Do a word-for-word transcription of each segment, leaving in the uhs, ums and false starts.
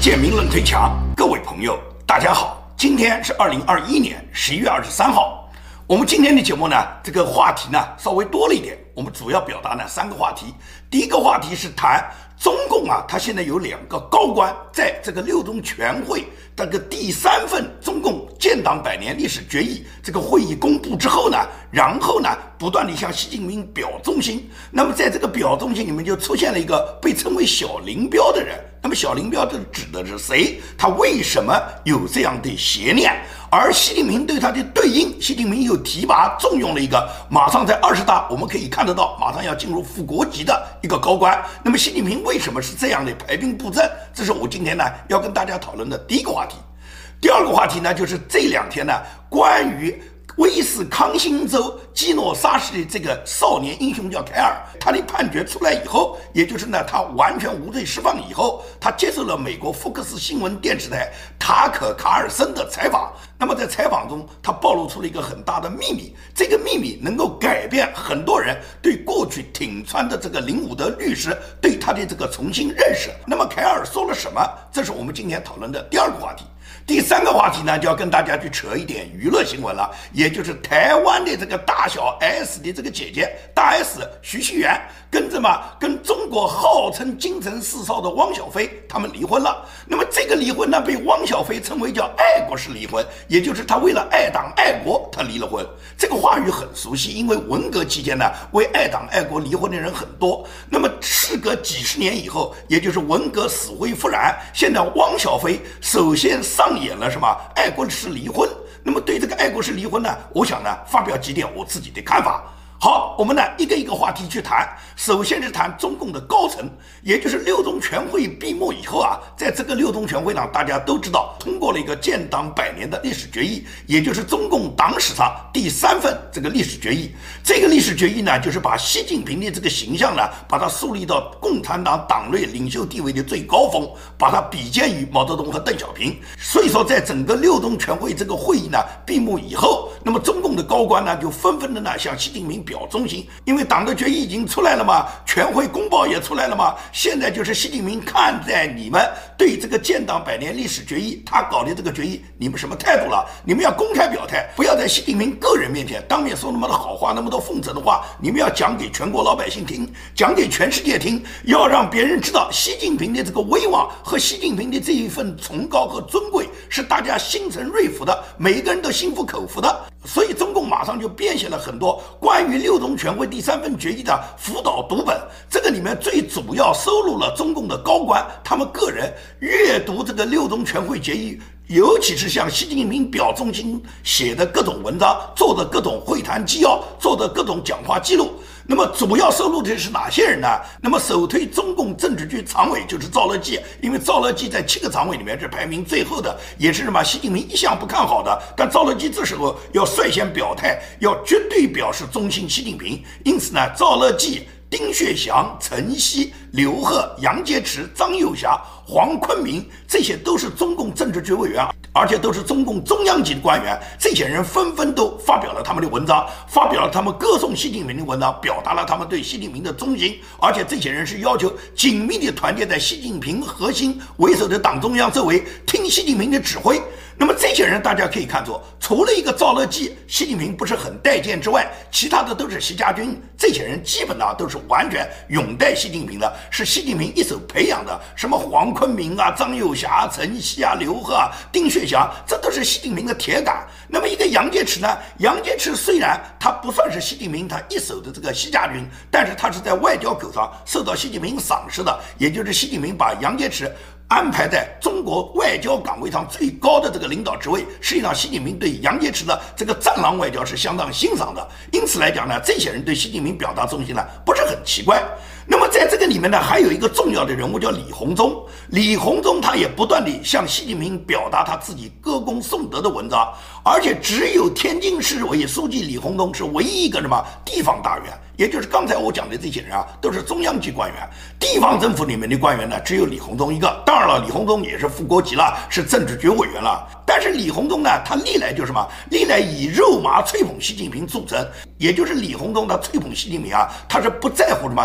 建明论推墙，各位朋友，大家好，今天是二零二一年十一月二十三号。我们今天的节目呢，这个话题呢稍微多了一点，我们主要表达呢三个话题。第一个话题是谈中共啊，他现在有两个高官在这个六中全会这个第三份中共建党百年历史决议这个会议公布之后呢，然后呢不断地向习近平表忠心。那么在这个表忠心里面就出现了一个被称为小林彪的人。那么小林彪这指的是谁？他为什么有这样的邪念？而习近平对他的对应，习近平又提拔重用了一个马上在二十大我们可以看得到马上要进入副国级的一个高官。那么习近平为什么是这样的排兵布阵？这是我今天呢要跟大家讨论的第一个话题。第二个话题呢，就是这两天呢关于威斯康星州基诺沙市的这个少年英雄叫凯尔，他的判决出来以后，也就是呢他完全无罪释放以后，他接受了美国福克斯新闻电视台塔可卡尔森的采访。那么在采访中，他暴露出了一个很大的秘密，这个秘密能够改变很多人对过去挺川的这个林伍德律师对他的这个重新认识。那么凯尔说了什么？这是我们今天讨论的第二个话题。第三个话题呢，就要跟大家去扯一点娱乐新闻了，也就是台湾的这个大小 S 的这个姐姐大 S 徐熙媛跟什么跟中国号称京城四少的汪小菲他们离婚了。那么这个离婚呢，被汪小菲称为叫爱国式离婚，也就是他为了爱党爱国他离了婚。这个话语很熟悉，因为文革期间呢为爱党爱国离婚的人很多。那么事隔几十年以后，也就是文革死灰复燃，现在汪小菲首先上演了什么爱国式离婚。那么对这个爱国式离婚呢，我想呢发表几点我自己的看法。好，我们呢一个一个话题去谈。首先是谈中共的高层，也就是六中全会闭幕以后啊，在这个六中全会上，大家都知道通过了一个建党百年的历史决议，也就是中共党史上第三份这个历史决议。这个历史决议呢，就是把习近平的这个形象呢，把它树立到共产党党内领袖地位的最高峰，把它比肩于毛泽东和邓小平。所以说，在整个六中全会这个会议呢闭幕以后，那么中共的高官呢就纷纷的呢向习近平表表忠心，因为党的决议已经出来了嘛，全会公报也出来了嘛，现在就是习近平看在你们对这个建党百年历史决议他搞的这个决议你们什么态度了，你们要公开表态，不要在习近平个人面前当面说那么多好话，那么多奉承的话，你们要讲给全国老百姓听，讲给全世界听，要让别人知道习近平的这个威望和习近平的这一份崇高和尊贵是大家心诚瑞服的，每一个人都心服口服的。所以中共马上就编写了很多关于六中全会第三份决议的辅导读本，这个里面最主要收录了中共的高官他们个人阅读这个六中全会决议，尤其是向习近平表忠心写的各种文章，做的各种会谈纪要，做的各种讲话记录。那么主要收录的是哪些人呢？那么首推中共政治局常委就是赵乐际，因为赵乐际在七个常委里面是排名最后的，也是什么习近平一向不看好的，但赵乐际这时候要率先表态，要绝对表示忠心习近平。因此呢，赵乐际、丁薛祥、陈希、刘鹤、杨洁篪、张又侠、黄坤明，这些都是中共政治局委员，而且都是中共中央级的官员。这些人纷纷都发表了他们的文章，发表了他们歌颂习近平的文章，表达了他们对习近平的忠心。而且这些人是要求紧密地团结在习近平核心为首的党中央周围，听习近平的指挥。那么这些人大家可以看出，除了一个赵乐际习近平不是很待见之外，其他的都是习家军。这些人基本上都是完全拥戴习近平的，是习近平一手培养的，什么黄坤明啊、张又侠、陈希啊、刘鹤啊、丁薛祥，这都是习近平的铁杆。那么一个杨洁篪呢，杨洁篪虽然他不算是习近平他一手的这个习家军，但是他是在外交口上受到习近平赏识的，也就是习近平把杨洁篪安排在中国外交岗位上最高的这个领导职位，实际上习近平对杨洁篪的这个战狼外交是相当欣赏的。因此来讲呢，这些人对习近平表达忠心呢，不是很奇怪。那么在这个里面呢，还有一个重要的人物叫李鸿忠。李鸿忠他也不断地向习近平表达他自己歌功颂德的文章，而且只有天津市委书记李鸿忠是唯一一个什么地方大员，也就是刚才我讲的这些人啊，都是中央级官员。地方政府里面的官员呢，只有李鸿忠一个。当然了，李鸿忠也是副国级了，是政治局委员了。但是李鸿忠呢，他历来就是什么？历来以肉麻吹捧习近平著称。也就是李鸿忠他吹捧习近平啊，他是不在乎什么？不在乎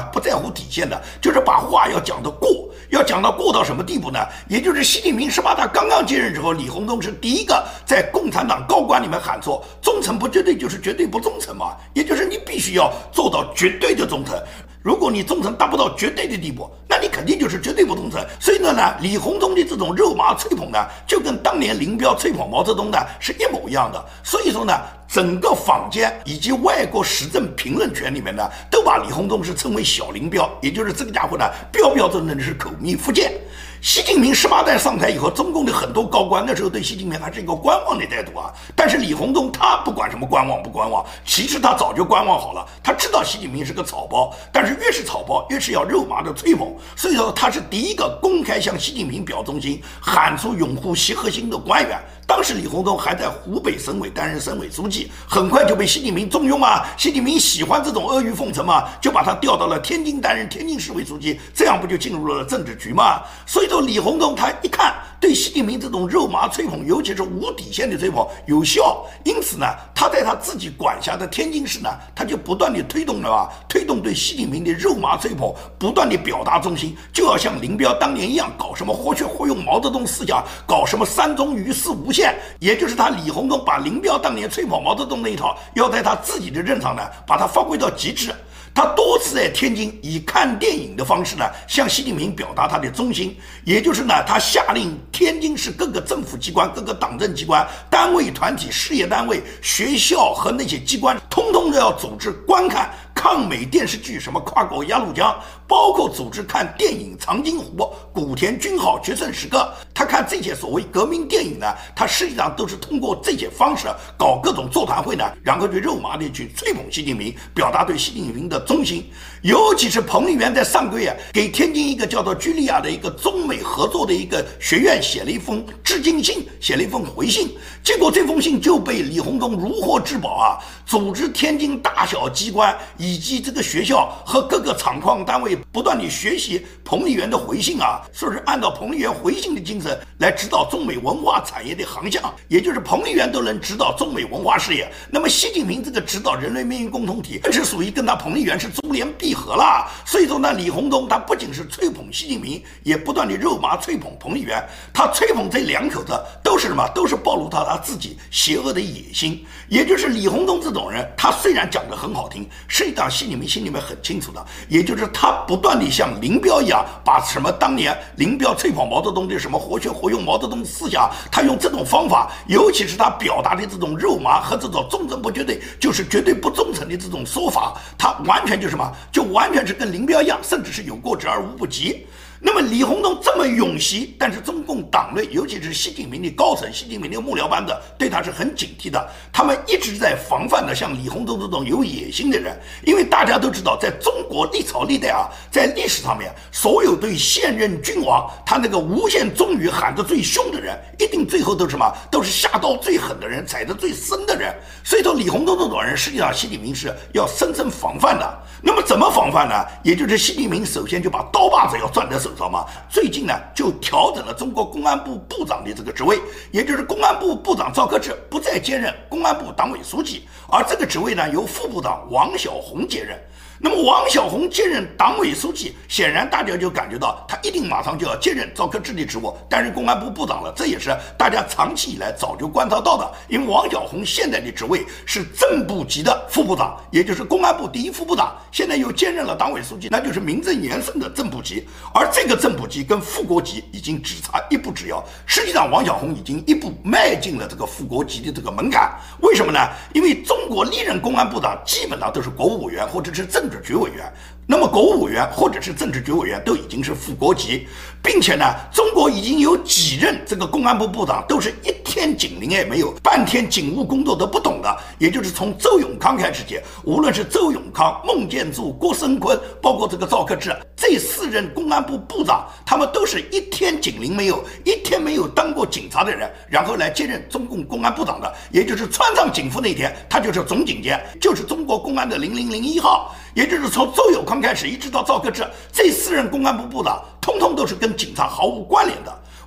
无底线的，就是把话要讲得过，要讲到过到什么地步呢？也就是习近平十八大刚刚接任之后，李鸿忠是第一个在共产党高官里面喊说，忠诚不绝对就是绝对不忠诚嘛，也就是你必须要做到绝对的忠诚。如果你忠诚达不到绝对的地步，那你肯定就是绝对不忠诚。所以呢，呢李鸿忠的这种肉麻吹捧呢，就跟当年林彪吹捧毛泽东呢是一模一样的。所以说呢，整个坊间以及外国时政评论圈里面呢，都把李鸿忠是称为小林彪，也就是这个家伙呢，标标准准的是口蜜腹剑。习近平十八代上台以后，中共的很多高官那时候对习近平还是一个观望的态度啊。但是李鸿忠他不管什么观望不观望，其实他早就观望好了，他知道习近平是个草包，但是越是草包越是要肉麻的吹捧，所以说他是第一个公开向习近平表忠心、喊出拥护习核心的官员。当时李鸿忠还在湖北省委担任省委书记，很快就被习近平重用啊。习近平喜欢这种阿谀奉承嘛，就把他调到了天津担任天津市委书记，这样不就进入了政治局吗？所以说李鸿忠他一看对习近平这种肉麻吹捧，尤其是无底线的吹捧有效，因此呢，他在他自己管辖的天津市呢，他就不断的推动了吧，推动对习近平的肉麻吹捧，不断的表达忠心，就要像林彪当年一样，搞什么活学活用毛泽东思想，搞什么三忠于四无限，也就是他李鸿忠把林彪当年吹捧毛泽东那一套，要在他自己的任上呢，把它发挥到极致。他多次在天津以看电影的方式呢，向习近平表达他的忠心，也就是呢，他下令天津市各个政府机关、各个党政机关、单位团体、事业单位、学校和那些机关，通通都要组织观看抗美电视剧，什么跨过鸭绿江，包括组织看电影《长津湖》、古田军号决胜时刻。他看这些所谓革命电影呢，他实际上都是通过这些方式搞各种座谈会呢，然后就肉麻的去吹捧习近平，表达对习近平的忠心。尤其是彭丽媛在上个月给天津一个叫做居利亚的一个中美合作的一个学院写了一封致敬信，写了一封回信，结果这封信就被李鸿忠如获至宝啊，组织天津大小机关以及这个学校和各个厂矿单位不断地学习彭丽媛的回信啊，说是按照彭丽媛回信的精神来指导中美文化产业的航向，也就是彭丽媛都能指导中美文化事业，那么习近平这个指导人类命运共同体更是属于跟他彭丽媛是珠联璧合了。所以说呢，李鸿忠他不仅是吹捧习近平，也不断的肉麻吹捧彭丽媛。他吹捧这两口子都是什么？都是暴露到他自己邪恶的野心。也就是李鸿忠这种人，他虽然讲得很好听，实际上习近平心里面很清楚的，也就是他不断的像林彪一样，把什么当年林彪吹捧毛泽东的什么活学活用毛泽东思想，他用这种方法，尤其是他表达的这种肉麻和这种忠诚不绝对就是绝对不忠诚的这种说法，他完全就是什么，就完全是跟林彪一样，甚至是有过之而无不及。那么李鸿忠这么勇袭，但是中共党内尤其是习近平的高层、习近平的幕僚班子对他是很警惕的，他们一直在防范的像李鸿忠这种有野心的人。因为大家都知道，在中国历朝历代啊，在历史上面，所有对现任君王他那个无限忠于喊得最凶的人，一定最后都是什么，都是下刀最狠的人，踩得最深的人。所以说李鸿忠这种人，实际上习近平是要深深防范的。那么怎么防范呢？也就是习近平首先就把刀把子要攥在手上嘛。最近呢，就调整了中国公安部部长的这个职位，也就是公安部部长赵克志不再兼任公安部党委书记，而这个职位呢由副部长王晓红接任。那么王晓红接任党委书记，显然大家就感觉到他一定马上就要接任赵克志的职务，担任公安部部长了。这也是大家长期以来早就观察到的，因为王晓红现在的职位是正部级的副部长，也就是公安部第一副部长，现在又兼任了党委书记，那就是名正言顺的正部级。而这个正部级跟副国级已经只差一步之遥，实际上王晓红已经一步迈进了这个副国级的这个门槛。为什么呢？因为中国历任公安部长基本上都是国务委员或者是政治局委员，那么国务委员或者是政治局委员都已经是副国级，并且呢，中国已经有几任这个公安部部长都是一天警铃也没有，半天警务工作都不懂的，也就是从周永康开始讲，无论是周永康、孟建柱、郭声琨，包括这个赵克志，这四任公安部部长，他们都是一天警铃没有，一天没有当过警察的人，然后来接任中共公安部长的，也就是穿上警服那天，他就是总警监，就是中国公安的零零零一号。也就是从周永康开始一直到赵克志，这四任公安部部长通通都是跟警察毫无关联的。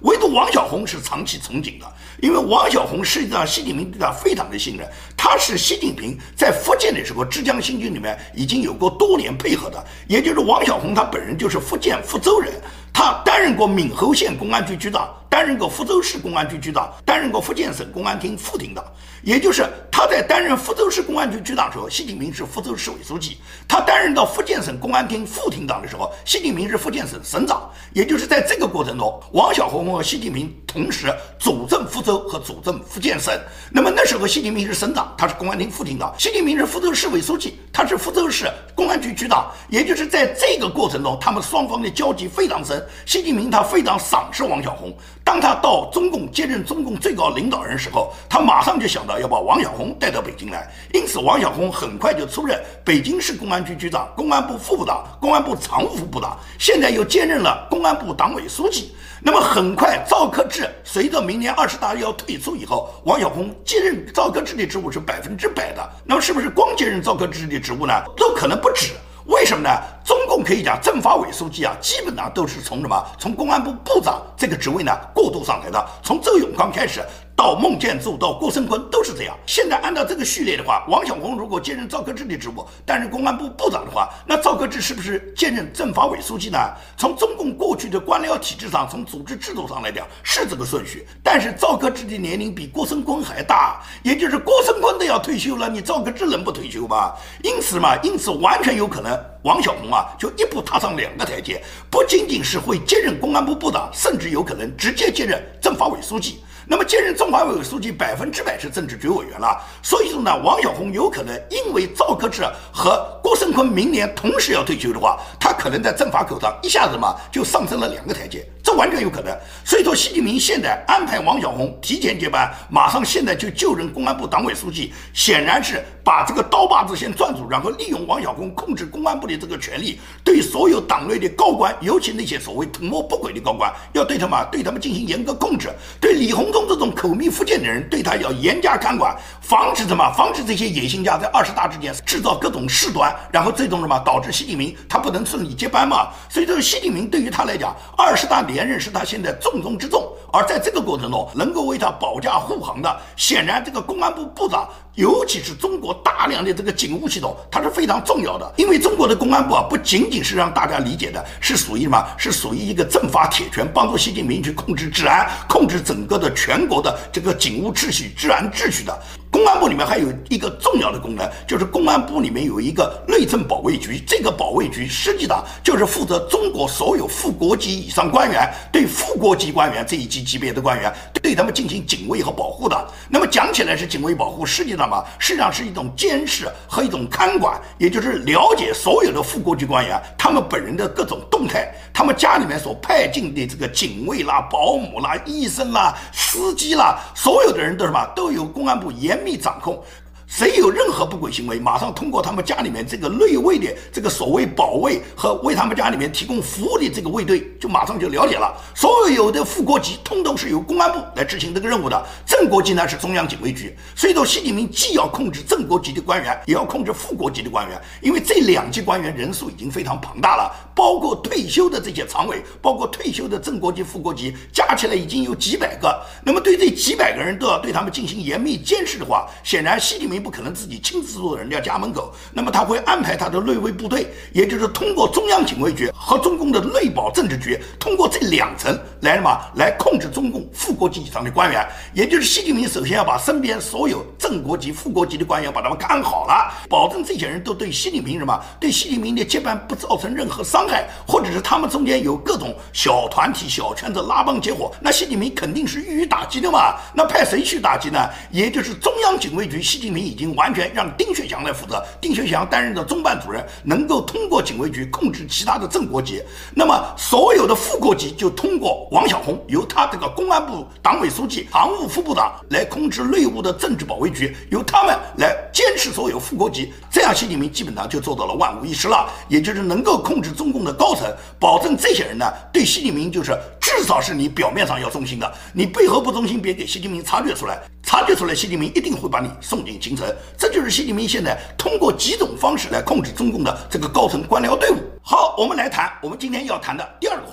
唯独王小洪是长期从警的，因为王小洪实际上习近平对他非常的信任，他是习近平在福建的时候浙江新军里面已经有过多年配合的，也就是王小洪他本人就是福建福州人，他担任过闽侯县公安局局长，担任过福州市公安局局长，担任过福建省公安厅副厅长，也就是他在担任福州市公安局局长的时候，习近平是福州市委书记；他担任到福建省公安厅副厅长的时候，习近平是福建省省长。也就是在这个过程中，王小洪和习近平同时主政福州和主政福建省。那么那时候习近平是省长，他是公安厅副厅长；习近平是福州市委书记，他是福州市公安局局长。也就是在这个过程中，他们双方的交集非常深。习近平他非常赏识王小洪，当他到中共接任中共最高领导人时候，他马上就想到要把王小洪带到北京来，因此王小洪很快就出任北京市公安局局长、公安部副部长、公安部常务副部长，现在又兼任了公安部党委书记。那么很快，赵克志随着明年二十大要退出以后，王小洪接任赵克志的职务是百分之百的。那么是不是光接任赵克志的职务呢？都可能不止。为什么呢？中共可以讲政法委书记啊，基本上都是从什么？从公安部部长这个职位呢过渡上来的，从周永康开始到孟建柱到郭声琨都是这样。现在按照这个序列的话，王小洪如果接任赵克志的职务，担任公安部部长的话，那赵克志是不是兼任政法委书记呢？从中共过去的官僚体制上，从组织制度上来讲是这个顺序。但是赵克志的年龄比郭声琨还大，也就是郭声琨都要退休了，你赵克志能不退休吗？因此嘛，因此完全有可能王小洪啊就一步踏上两个台阶，不仅仅是会接任公安部部长，甚至有可能直接接任政法委书记。那么接任政法委书记百分之百是政治局委员了，所以说呢，王小洪有可能因为赵克志和郭声琨明年同时要退休的话，他可能在政法口上一下子嘛就上升了两个台阶，这完全有可能。所以说习近平现在安排王小洪提前接班，马上现在就就任公安部党委书记，显然是把这个刀把子先攥住，然后利用王小洪控制公安部的这个权力，对所有党内的高官，尤其那些所谓图谋不轨的高官，要对他们对他们进行严格控制，对李鸿忠这种口蜜腹剑的人，对他要严加看管，防止什么？防止这些野心家在二十大之间制造各种事端，然后最终什么导致习近平他不能顺利接班嘛。所以这个习近平对于他来讲，二十大连任是他现在重中之重，而在这个过程中能够为他保驾护航的，显然这个公安部部长，尤其是中国大量的这个警务系统，它是非常重要的。因为中国的公安部啊，不仅仅是让大家理解的是属于什么？是属于一个政法铁拳，帮助习近平去控制治安，控制整个的全国的这个警务秩序、治安秩序的。公安部里面还有一个重要的功能，就是公安部里面有一个内政保卫局，这个保卫局实际上就是负责中国所有副国级以上官员，对副国级官员这一级级别的官员，对他们进行警卫和保护的。那么讲起来是警卫保护，实际上嘛，实际上是一种监视和一种看管，也就是了解所有的副国级官员他们本人的各种动态，他们家里面所派进的这个警卫啦、保姆啦、医生啦、司机啦，所有的人都是什么？都由公安部严密掌控。谁有任何不轨行为，马上通过他们家里面这个内卫的这个所谓保卫和为他们家里面提供服务的这个卫队，就马上就了解了。所有的副国级通通是由公安部来执行这个任务的，正国级呢是中央警卫局。所以说，习近平既要控制正国级的官员，也要控制副国级的官员，因为这两级官员人数已经非常庞大了，包括退休的这些常委，包括退休的正国级、副国级，加起来已经有几百个。那么对这几百个人都要对他们进行严密监视的话，显然习近平不可能自己亲自坐人家家门口，那么他会安排他的内卫部队，也就是通过中央警卫局和中共的内保政治局，通过这两层来什么来控制中共副国级以上的官员。也就是习近平首先要把身边所有正国级、副国级的官员把他们看好了，保证这些人都对习近平什么对习近平的接班不造成任何伤害，或者是他们中间有各种小团体、小圈子拉帮结伙，那习近平肯定是予以打击的嘛。那派谁去打击呢？也就是中央警卫局，习近平已经完全让丁薛祥来负责，丁薛祥担任的中办主任，能够通过警卫局控制其他的正国级。那么所有的副国级就通过王小洪，由他这个公安部党委书记、常务副部长来控制内务的政治保卫局，由他们来监视所有副国级。这样习近平基本上就做到了万无一失了，也就是能够控制中共的高层，保证这些人呢对习近平就是至少是你表面上要忠心的，你背后不忠心别给习近平察觉出来，察觉出来习近平一定会把你送进京城。这就是习近平现在通过几种方式来控制中共的这个高层官僚队伍。好，我们来谈我们今天要谈的第二个话题，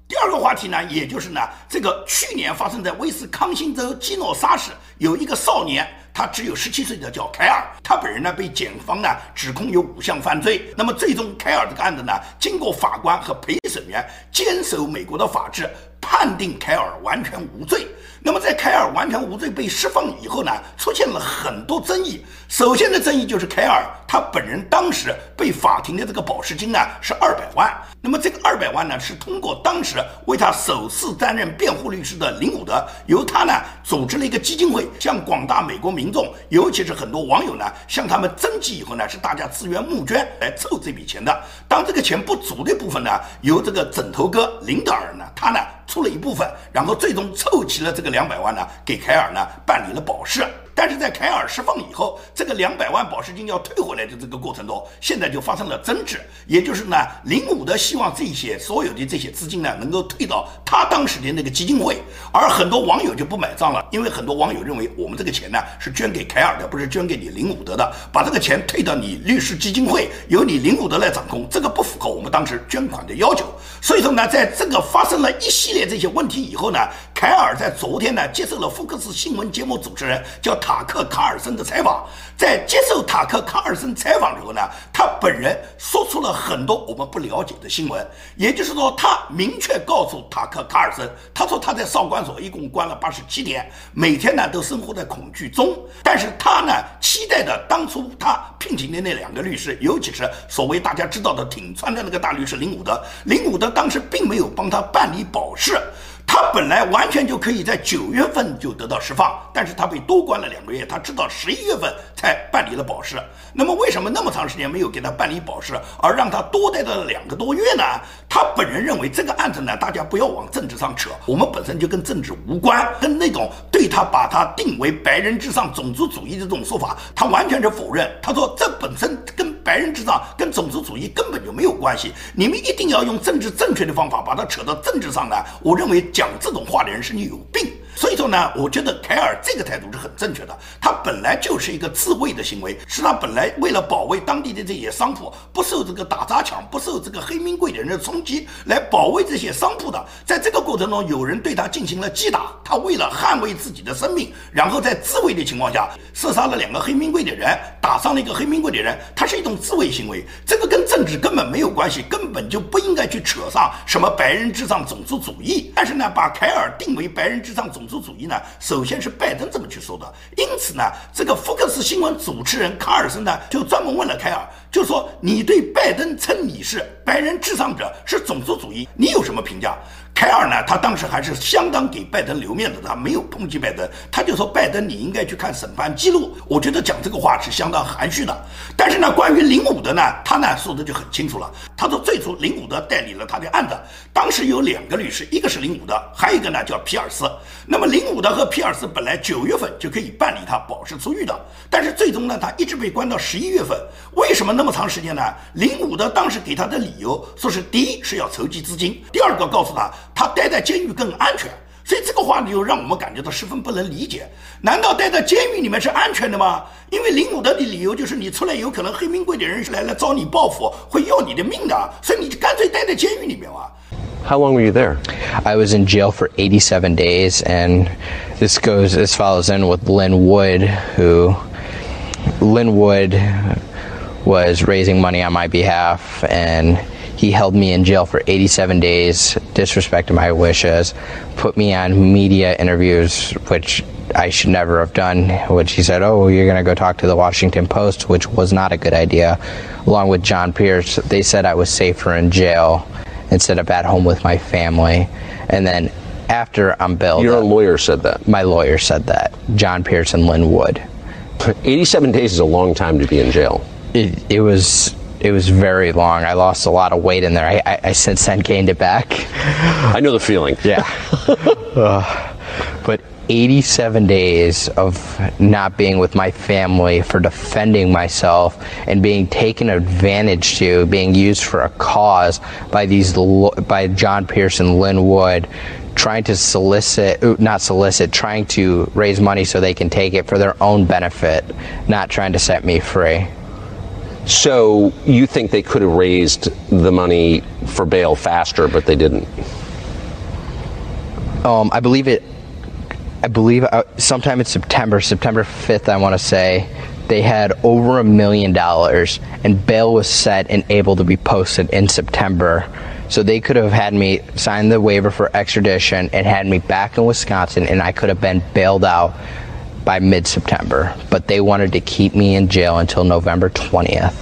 第二个话题呢，也就是呢，这个去年发生在威斯康星州基诺萨市有一个少年，他只有十七岁的叫凯尔，他本人呢被检方呢指控有五项犯罪。那么最终凯尔这个案子呢，经过法官和陪审员坚守美国的法治，判定凯尔完全无罪。那么在凯尔完全无罪被释放以后呢，出现了很多争议。首先的争议就是凯尔他本人当时被法庭的这个保释金呢是二百万，那么这个二百万呢是通过当时为他首次担任辩护律师的林伍德，由他呢组织了一个基金会，向广大美国民众，尤其是很多网友呢向他们征集以后呢，是大家自愿募捐来凑这笔钱的。当这个钱不足的部分呢，由这个枕头哥林德尔呢，他呢出了一部分，然后最终凑齐了这个两百万呢，给凯尔呢办理了保释。但是在凯尔释放以后，这个两百万保释金要退回来的这个过程中，现在就发生了争执，也就是呢，林伍德希望这些所有的这些资金呢，能够退到他当时的那个基金会，而很多网友就不买账了，因为很多网友认为我们这个钱呢是捐给凯尔的，不是捐给你林伍德的，把这个钱退到你律师基金会，由你林伍德来掌控，这个不符合我们当时捐款的要求。所以说呢，在这个发生了一系列这些问题以后呢，凯尔在昨天呢接受了福克斯新闻节目主持人叫塔克·卡尔森的采访。在接受塔克·卡尔森采访之后呢，他本人说出了很多我们不了解的新闻，也就是说，他明确告诉塔克·卡尔森，他说他在少管所一共关了八十七天，每天呢都生活在恐惧中。但是他呢期待的当初他聘请的那两个律师，尤其是所谓大家知道的挺川的那个大律师林伍德，林伍德当时并没有帮他办理保释。他本来完全就可以在九月份就得到释放，但是他被多关了两个月，他直到十一月份才办理了保释。那么为什么那么长时间没有给他办理保释，而让他多待了两个多月呢？他本人认为这个案子呢，大家不要往政治上扯，我们本身就跟政治无关，跟那种对他把他定为白人至上种族主义的这种说法，他完全是否认。他说这本身跟白人至上跟种族主义根本就没有关系，你们一定要用政治正确的方法把它扯到政治上呢，我认为讲这种话的人是你有病。所以说呢，我觉得凯尔这个态度是很正确的，他本来就是一个自卫的行为，是他本来为了保卫当地的这些商铺不受这个打砸抢，不受这个黑名贵的人的冲击，来保卫这些商铺的。在这个过程中，有人对他进行了击打，他为了捍卫自己的生命，然后在自卫的情况下射杀了两个黑名贵的人，打伤了一个黑名贵的人，他是一种自卫行为，这个跟政治根本没有关系，根本就不应该去扯上什么白人至上种族主义。但是呢，把凯尔定为白人至上种族主义呢，首先是拜登这么去说的。因此呢，这个福克斯新闻主持人卡尔森呢，就专门问了凯尔，就说你对拜登称你是白人至上者，是种族主义，你有什么评价？凯尔呢，他当时还是相当给拜登留面子的，他没有抨击拜登，他就说拜登你应该去看审判记录。我觉得讲这个话是相当含蓄的。但是呢，关于林伍德呢，他呢说的就很清楚了。他说最初林伍德代理了他的案子，当时有两个律师，一个是林伍德，还有一个呢叫皮尔斯。那么林伍德和皮尔斯本来九月份就可以办理他保释出狱的，但是最终呢，他一直被关到十一月份。为什么那么长时间呢？林伍德当时给他的理由说是第一是要筹集资金，第二个告诉他他待在监狱更安全。所以这个话就让我们感觉到十分不能理解。难道待在监狱里面是安全的吗？因为林伍德的理由就是你出来有可能黑名贵的人来来找你报复，会要你的命的，所以你就干脆待在监狱里面嘛。 How long were you there? I was in jail for eighty-seven days, and this goes this follows in with Lynn Wood, who Lynn Wood was raising money on my behalf, and he held me in jail for eighty-seven days, disrespected my wishes, put me on media interviews, which I should never have done, which he said, oh, you're going to go talk to the Washington Post, which was not a good idea. Along with John Pierce, they said I was safer in jail instead of at home with my family. And then after I'm bailed Your up, lawyer said that? My lawyer said that, John Pierce and Lynn Wood. eighty-seven days is a long time to be in jail. It, it was... It was very long. I lost a lot of weight in there. I, I, I since then gained it back. I know the feeling. Yeah. uh, but eighty-seven days of not being with my family, for defending myself and being taken advantage to, being used for a cause by these by John Pierce and Lynn Wood, trying to solicit, not solicit, trying to raise money so they can take it for their own benefit, not trying to set me free. So you think they could have raised the money for bail faster, but they didn't? Um, I believe it. I believe uh, sometime in September, September fifth, I want to say, they had over a million dollars, and bail was set and able to be posted in September. So they could have had me sign the waiver for extradition and had me back in Wisconsin, and I could have been bailed out by mid-September. But they wanted to keep me in jail until November twentieth.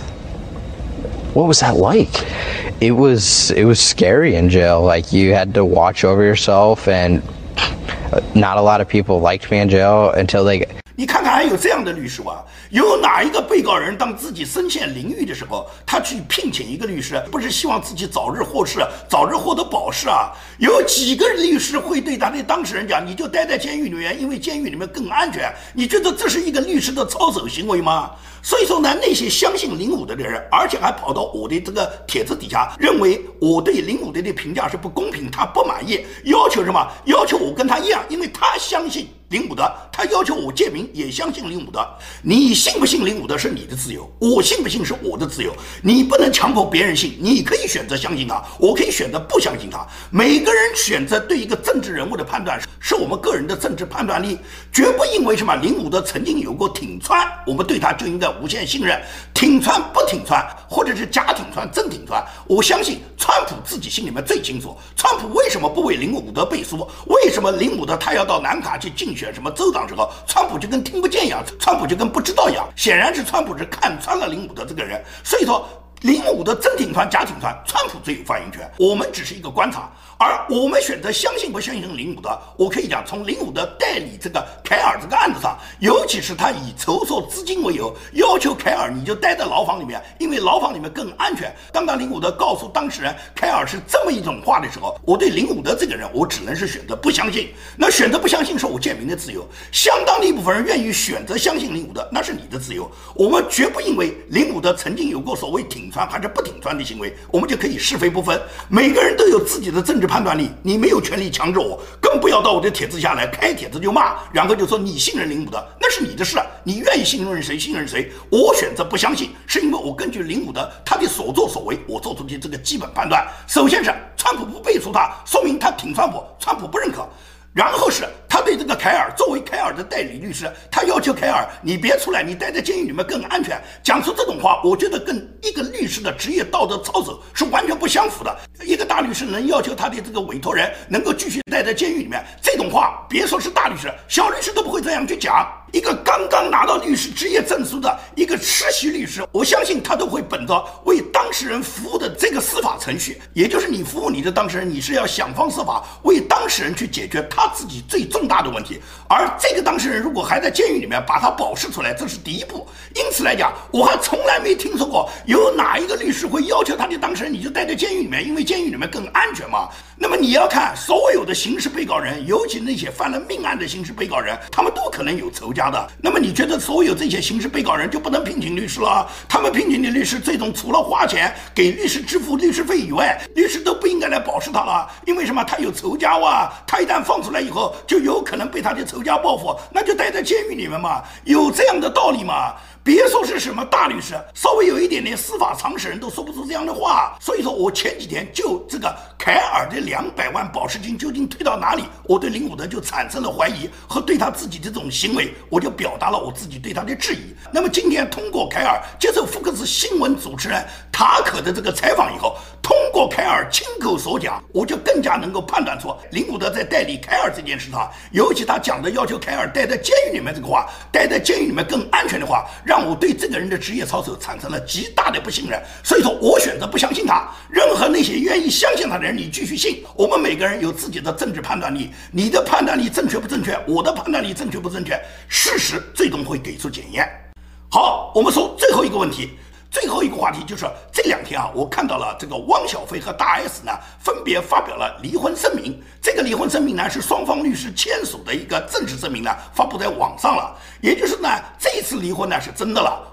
What was that like? It was it was scary in jail. Like, you had to watch over yourself, and not a lot of people liked me in jail until they. 你看看还有这样的律师吧？有哪一个被告人当自己身陷囹圄的时候，他去聘请一个律师，不是希望自己早日获释，早日获得保释啊？有几个律师会对他的当事人讲，你就待在监狱里面，因为监狱里面更安全？你觉得这是一个律师的操守行为吗？所以说呢，那些相信林伍德的人，而且还跑到我的这个帖子底下，认为我对林伍德的评价是不公平，他不满意，要求什么？要求我跟他一样，因为他相信林伍德，他要求我建明也相信林伍德。你信不信林伍德是你的自由，我信不信是我的自由。你不能强迫别人信，你可以选择相信他，我可以选择不相信他。每个人选择对一个政治人物的判断，是我们个人的政治判断力，绝不因为什么林伍德曾经有过挺川，我们对他就应该无限信任。挺川不挺川，或者是假挺川真挺川，我相信川普自己心里面最清楚。川普为什么不为林伍德背书？为什么林伍德他要到南卡去竞选什么州长时候，川普就跟听不见一样，川普就跟不知道一样。显然是川普是看穿了林伍德这个人，所以说林伍德真挺川假挺川，川普最有发言权，我们只是一个观察。而我们选择相信不相信林伍德，我可以讲，从林伍德代理这个凯尔这个案子上，尤其是他以筹措资金为由，要求凯尔你就待在牢房里面，因为牢房里面更安全。当当林伍德告诉当事人凯尔是这么一种话的时候，我对林伍德这个人，我只能是选择不相信。那选择不相信是我建明的自由，相当的一部分人愿意选择相信林伍德，那是你的自由。我们绝不因为林伍德曾经有过所谓挺川还是不挺川的行为，我们就可以是非不分。每个人都有自己的政治判断力，你没有权利强制我，更不要到我的帖子下来开帖子就骂，然后就说你信任林伍德，那是你的事，你愿意信任谁信任谁。我选择不相信，是因为我根据林伍德他的所作所为，我做出的这个基本判断。首先是川普不背书他，说明他挺川普，川普不认可。然后是他对这个凯尔，作为凯尔的代理律师，他要求凯尔你别出来，你待在监狱里面更安全。讲出这种话，我觉得跟一个律师的职业道德操守是完全不相符的。一个大律师能要求他的这个委托人能够继续待在监狱里面，这种话别说是大律师，小律师都不会这样去讲。一个刚刚拿到律师职业证书的一个实习律师，我相信他都会本着为当事人服务的这个司法程序，也就是你服务你的当事人，你是要想方设法为当事人去解决他自己最重大的问题。而这个当事人如果还在监狱里面，把他保释出来，这是第一步。因此来讲，我还从来没听说过有哪一个律师会要求他的当事人你就待在监狱里面，因为监狱里面更安全嘛。那么你要看所有的刑事被告人，尤其那些犯了命案的刑事被告人，他们都可能有仇家的。那么你觉得所有这些刑事被告人就不能聘请律师了？他们聘请的律师最终除了花钱给律师支付律师费以外，律师都不应该来保释他了。因为什么？他有仇家啊，他一旦放出来以后，就有可能被他的仇家报复，那就待在监狱里面嘛，有这样的道理吗？别说是什么大律师，稍微有一点点司法常识人都说不出这样的话。所以说我前几天就这个凯尔的两百万保释金究竟退到哪里，我对林伍德就产生了怀疑，和对他自己的这种行为，我就表达了我自己对他的质疑。那么今天通过凯尔接受福克斯新闻主持人塔可的这个采访以后，通过凯尔亲口所讲，我就更加能够判断出林伍德在代理凯尔这件事上，尤其他讲的要求凯尔待在监狱里面这个话，待在监狱里面更安全的话，让我对这个人的职业操守产生了极大的不信任。所以说我选择不相信他。任何那些愿意相信他的人，你继续信。我们每个人有自己的政治判断力，你的判断力正确不正确，我的判断力正确不正确，事实最终会给出检验。好，我们说最后一个问题。最后一个话题就是这两天啊，我看到了这个汪小菲和大 S 呢分别发表了离婚声明。这个离婚声明呢是双方律师签署的一个正式声明呢，发布在网上了。也就是呢，这一次离婚呢是真的了。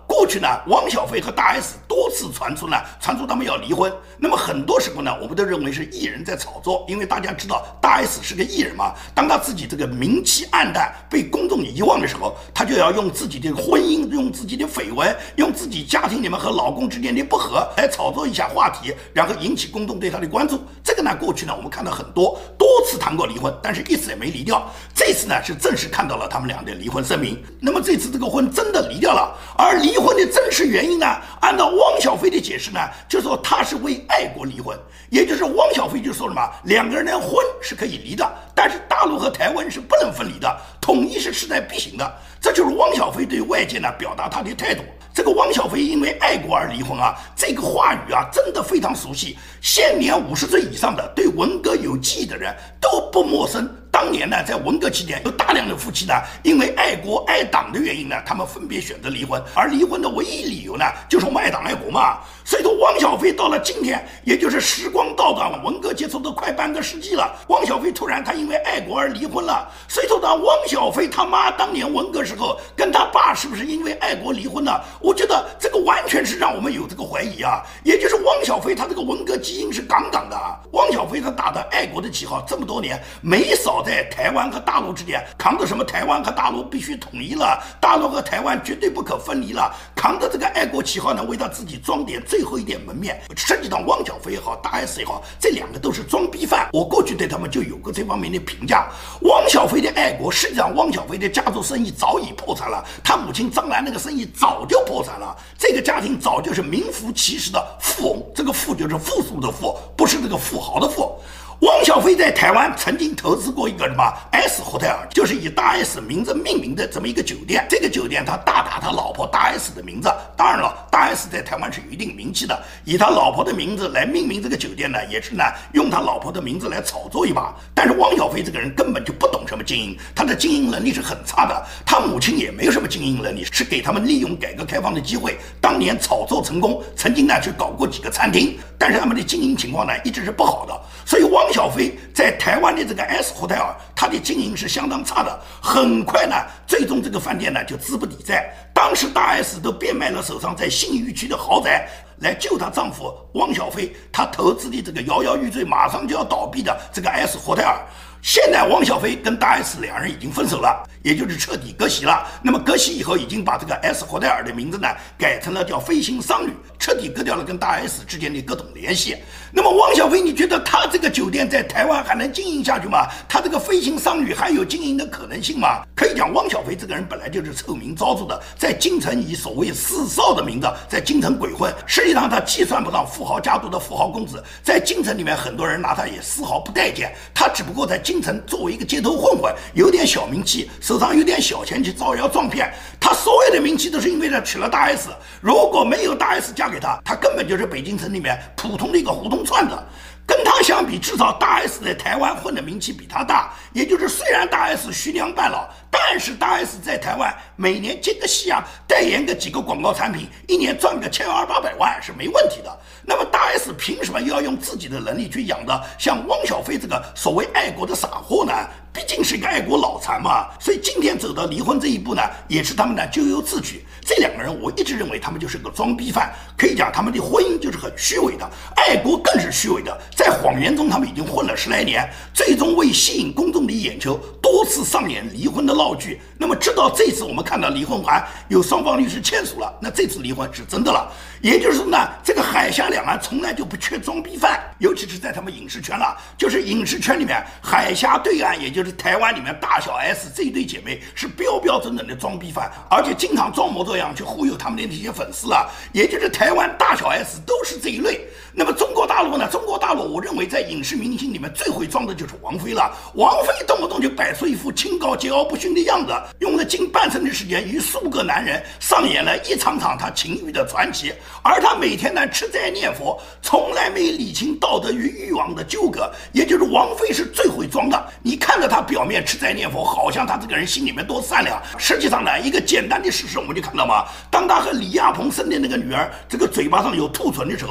过去呢，汪小菲和大 S 多次传出呢，传出他们要离婚。那么很多时候呢，我们都认为是艺人在炒作，因为大家知道大 S 是个艺人嘛，当他自己这个名气暗淡，被公众遗忘的时候，他就要用自己的婚姻，用自己的绯闻，用自己家庭里面和老公之间的不和来炒作一下话题，然后引起公众对他的关注。这个呢，过去呢，我们看到很多多次谈过离婚，但是一直也没离掉。这次呢，是正式看到了他们俩的离婚声明。那么这次这个婚真的离掉了，而离婚的真实原因呢，按照汪小菲的解释呢，就说他是为爱国离婚，也就是汪小菲就说了嘛，两个人的婚是可以离的，但是大陆和台湾是不能分离的，统一是势在必行的。这就是汪小菲对外界呢表达他的态度。这个汪小菲因为爱国而离婚啊，这个话语啊真的非常熟悉，现年五十岁以上的对文革有记忆的人都不陌生。当年呢，在文革期间，有大量的夫妻呢，因为爱国爱党的原因呢，他们分别选择离婚，而离婚的唯一理由呢，就是我们爱党爱国嘛。所以说，汪小菲到了今天，也就是时光倒转，文革结束都快半个世纪了，汪小菲突然他因为爱国而离婚了。所以说呢，汪小菲他妈当年文革时候跟他爸是不是因为爱国离婚呢？我觉得这个完全是让我们有这个怀疑啊。也就是汪小菲他这个文革基因是杠杠的啊。汪小菲他打的爱国的旗号这么多年，没少在台湾和大陆之间扛着什么台湾和大陆必须统一了，大陆和台湾绝对不可分离了，扛着这个爱国旗号呢，为他自己装点最后一点门面。实际上汪小菲也好，大 S 也好，这两个都是装逼犯。我过去对他们就有过这方面的评价。汪小菲的爱国，实际上汪小菲的家族生意早已破产了，他母亲张兰那个生意早就破产了，这个家庭早就是名副其实的富翁，这个富就是复数的富，不是这个富豪的富。汪小菲在台湾曾经投资过一个什么 S Hotel， 就是以大 S 名字命名的这么一个酒店。这个酒店他大打他老婆大 S 的名字，当然了，大 S 在台湾是有一定名气的，以他老婆的名字来命名这个酒店呢，也是呢用他老婆的名字来炒作一把。但是汪小菲这个人根本就不懂什么经营，他的经营能力是很差的，他母亲也没有什么经营能力，是给他们利用改革开放的机会，当年炒作成功，曾经呢去搞过几个餐厅，但是他们的经营情况呢一直是不好的。所以汪小菲在台湾的这个 S Hotel， 他的经营是相当差的，很快呢，最终这个饭店呢就资不抵债。当时大 S 都变卖了手上在信义区的豪宅，来救她丈夫汪小菲，他投资的这个摇摇欲坠、马上就要倒闭的这个 S Hotel。现在汪小菲跟大 S 两人已经分手了，也就是彻底割席了。那么割席以后，已经把这个 S Hotel 的名字呢改成了叫飞行商旅，彻底割掉了跟大 S 之间的各种联系。那么汪小菲，你觉得他这个酒店在台湾还能经营下去吗？他这个飞行商旅还有经营的可能性吗？可以讲，汪小菲这个人本来就是臭名昭著的，在京城以所谓四少的名字在京城鬼混，实际上他既算不上富豪家族的富豪公子，在京城里面很多人拿他也丝毫不待见，他只不过在京城作为一个街头混混，有点小名气，手上有点小钱去招摇撞骗。他所有的名气都是因为他娶了大 S， 如果没有大 S 嫁给他，他根本就是北京城里面普通的一个胡同串子。跟他相比，至少大 S 在台湾混的名气比他大，也就是虽然大 S 徐娘半老，但是大 S 在台湾每年接个戏啊，代言个几个广告产品，一年赚个千二八百万是没问题的。那么大 S 凭什么要用自己的能力去养的像汪小菲这个所谓爱国的傻货呢？毕竟是一个爱国脑残嘛，所以今天走到离婚这一步呢，也是他们呢咎由自取。这两个人，我一直认为他们就是个装逼犯，可以讲他们的婚姻就是很虚伪的，爱国更是虚伪的，在谎言中他们已经混了十来年，最终为吸引公众的眼球，多次上演离婚的闹剧。那么直到这次我们看到离婚函有双方律师签署了，那这次离婚是真的了。也就是说呢，这个海峡两岸从来就不缺装逼犯，尤其是在他们影视圈了，就是影视圈里面海峡对岸，也就是台湾里面大小 S 这一对姐妹是标标准准的装逼犯，而且经常装模作样去忽悠他们的那些粉丝啊，也就是台湾大小 S 都是这一类。那么中国大陆呢？中国大陆我认为在影视明星里面最会装的就是王菲了。王菲动不动就摆出一副清高桀骜不驯的样子，用了近半生的时间与数个男人上演了一场场她情欲的传奇，而她每天呢吃斋念佛，从来没理清道德与欲望的纠葛，也就是王菲是最会装的。你看着她表面吃斋念佛，好像她这个人心里面多善良，实际上呢，一个简单的事实我们就看到嘛，当她和李亚鹏生的那个女儿这个嘴巴上有兔唇的时候，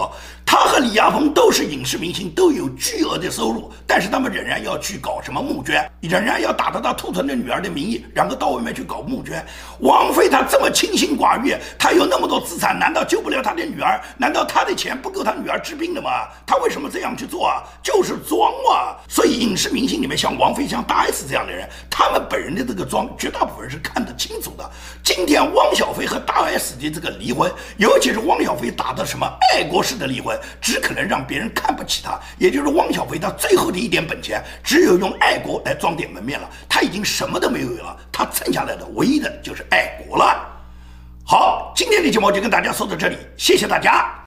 他和李亚鹏都是影视明星，都有巨额的收入，但是他们仍然要去搞什么募捐，仍然要打着他兔存的女儿的名义，然后到外面去搞募捐。王菲她这么清心寡欲，她有那么多资产，难道救不了她的女儿？难道她的钱不够她女儿治病的吗？她为什么这样去做啊？就是装啊！所以影视明星里面像王菲、像大 S 这样的人，他们本人的这个装，绝大部分人是看得清楚的。今天汪小菲和大 S 的这个离婚，尤其是汪小菲打的什么爱国式的离婚，只可能让别人看不起他。也就是汪小菲他最后的一点本钱，只有用爱国来装点门面了。他已经什么都没有了，他剩下来的唯一的就是爱国了。好，今天的节目就跟大家说到这里，谢谢大家。